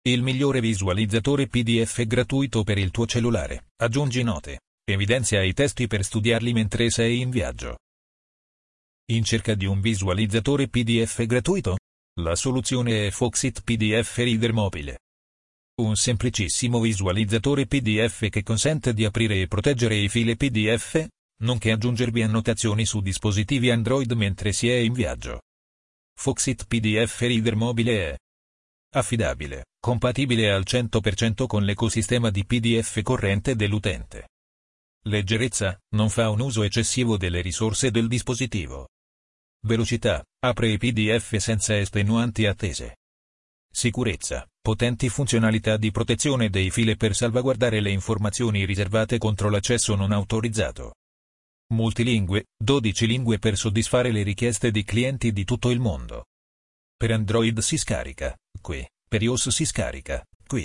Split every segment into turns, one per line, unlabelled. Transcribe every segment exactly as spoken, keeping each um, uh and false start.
Il migliore visualizzatore P D F gratuito per il tuo cellulare. Aggiungi note. Evidenzia i testi per studiarli mentre sei in viaggio. In cerca di un visualizzatore P D F gratuito? La soluzione è Foxit P D F Reader Mobile. Un semplicissimo visualizzatore P D F che consente di aprire e proteggere i file P D F, nonché aggiungervi annotazioni su dispositivi Android mentre si è in viaggio. Foxit P D F Reader Mobile è affidabile, compatibile al cento per cento con l'ecosistema di P D F corrente dell'utente. Leggerezza, non fa un uso eccessivo delle risorse del dispositivo. Velocità, apre i P D F senza estenuanti attese. Sicurezza, potenti funzionalità di protezione dei file per salvaguardare le informazioni riservate contro l'accesso non autorizzato. Multilingue, dodici lingue per soddisfare le richieste di clienti di tutto il mondo. Per Android si scarica, qui, per iOS si scarica, qui.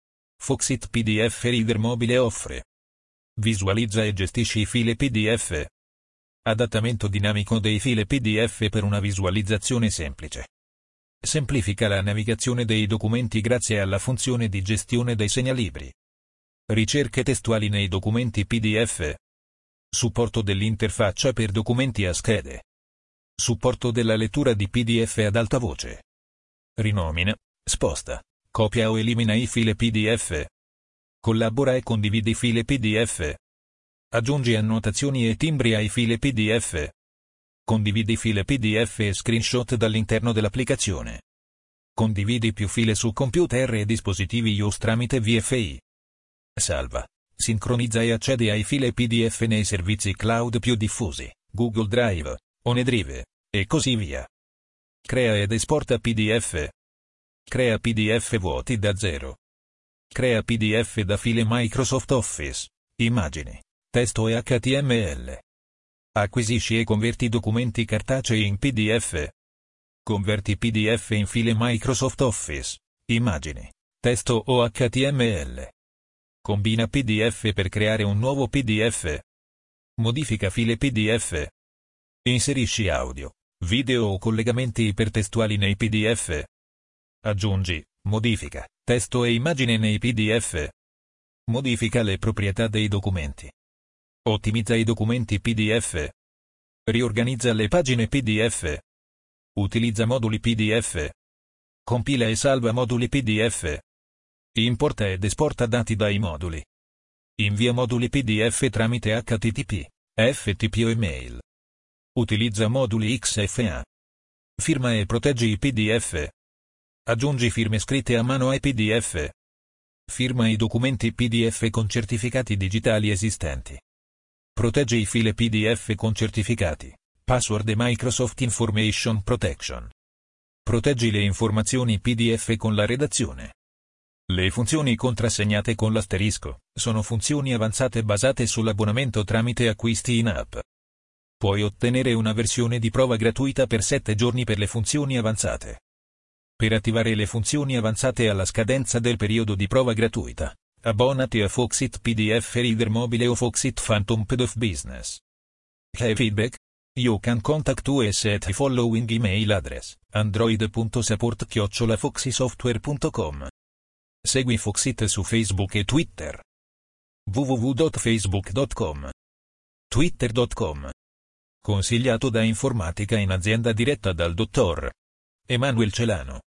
Foxit P D F Reader Mobile offre. Visualizza e gestisci i file P D F. Adattamento dinamico dei file P D F per una visualizzazione semplice. Semplifica la navigazione dei documenti grazie alla funzione di gestione dei segnalibri. Ricerche testuali nei documenti P D F. Supporto dell'interfaccia per documenti a schede. Supporto della lettura di P D F ad alta voce. Rinomina, sposta, copia o elimina i file P D F. Collabora e condividi file P D F. Aggiungi annotazioni e timbri ai file P D F. Condividi file P D F e screenshot dall'interno dell'applicazione. Condividi più file su computer e dispositivi iOS tramite V F I. Salva, sincronizza e accedi ai file P D F nei servizi cloud più diffusi, Google Drive, OneDrive, e così via. Crea ed esporta P D F. Crea P D F vuoti da zero. Crea P D F da file Microsoft Office, immagini, testo e H T M L. Acquisisci e converti documenti cartacei in P D F. Converti P D F in file Microsoft Office, immagini, testo o H T M L. Combina P D F per creare un nuovo P D F. Modifica file P D F. Inserisci audio, video o collegamenti ipertestuali nei P D F. Aggiungi, modifica, testo e immagine nei P D F. Modifica le proprietà dei documenti. Ottimizza i documenti P D F. Riorganizza le pagine P D F. Utilizza moduli P D F. Compila e salva moduli P D F. Importa ed esporta dati dai moduli. Invia moduli P D F tramite H T T P, F T P o email. Utilizza moduli X F A. Firma e proteggi i P D F. Aggiungi firme scritte a mano ai P D F. Firma i documenti P D F con certificati digitali esistenti. Protegge i file P D F con certificati, password e Microsoft Information Protection. Proteggi le informazioni P D F con la redazione. Le funzioni contrassegnate con l'asterisco sono funzioni avanzate basate sull'abbonamento tramite acquisti in app. Puoi ottenere una versione di prova gratuita per sette giorni per le funzioni avanzate. Per attivare le funzioni avanzate alla scadenza del periodo di prova gratuita, abbonati a Foxit P D F Reader Mobile o Foxit Phantom P D F Business. Have feedback? You can contact us at the following email address, android punto support chiocciola foxysoftware punto com. Segui Foxit su Facebook e Twitter. w w w punto facebook punto com. twitter punto com. Consigliato da Informatica in azienda diretta dal dottor Emanuel Celano.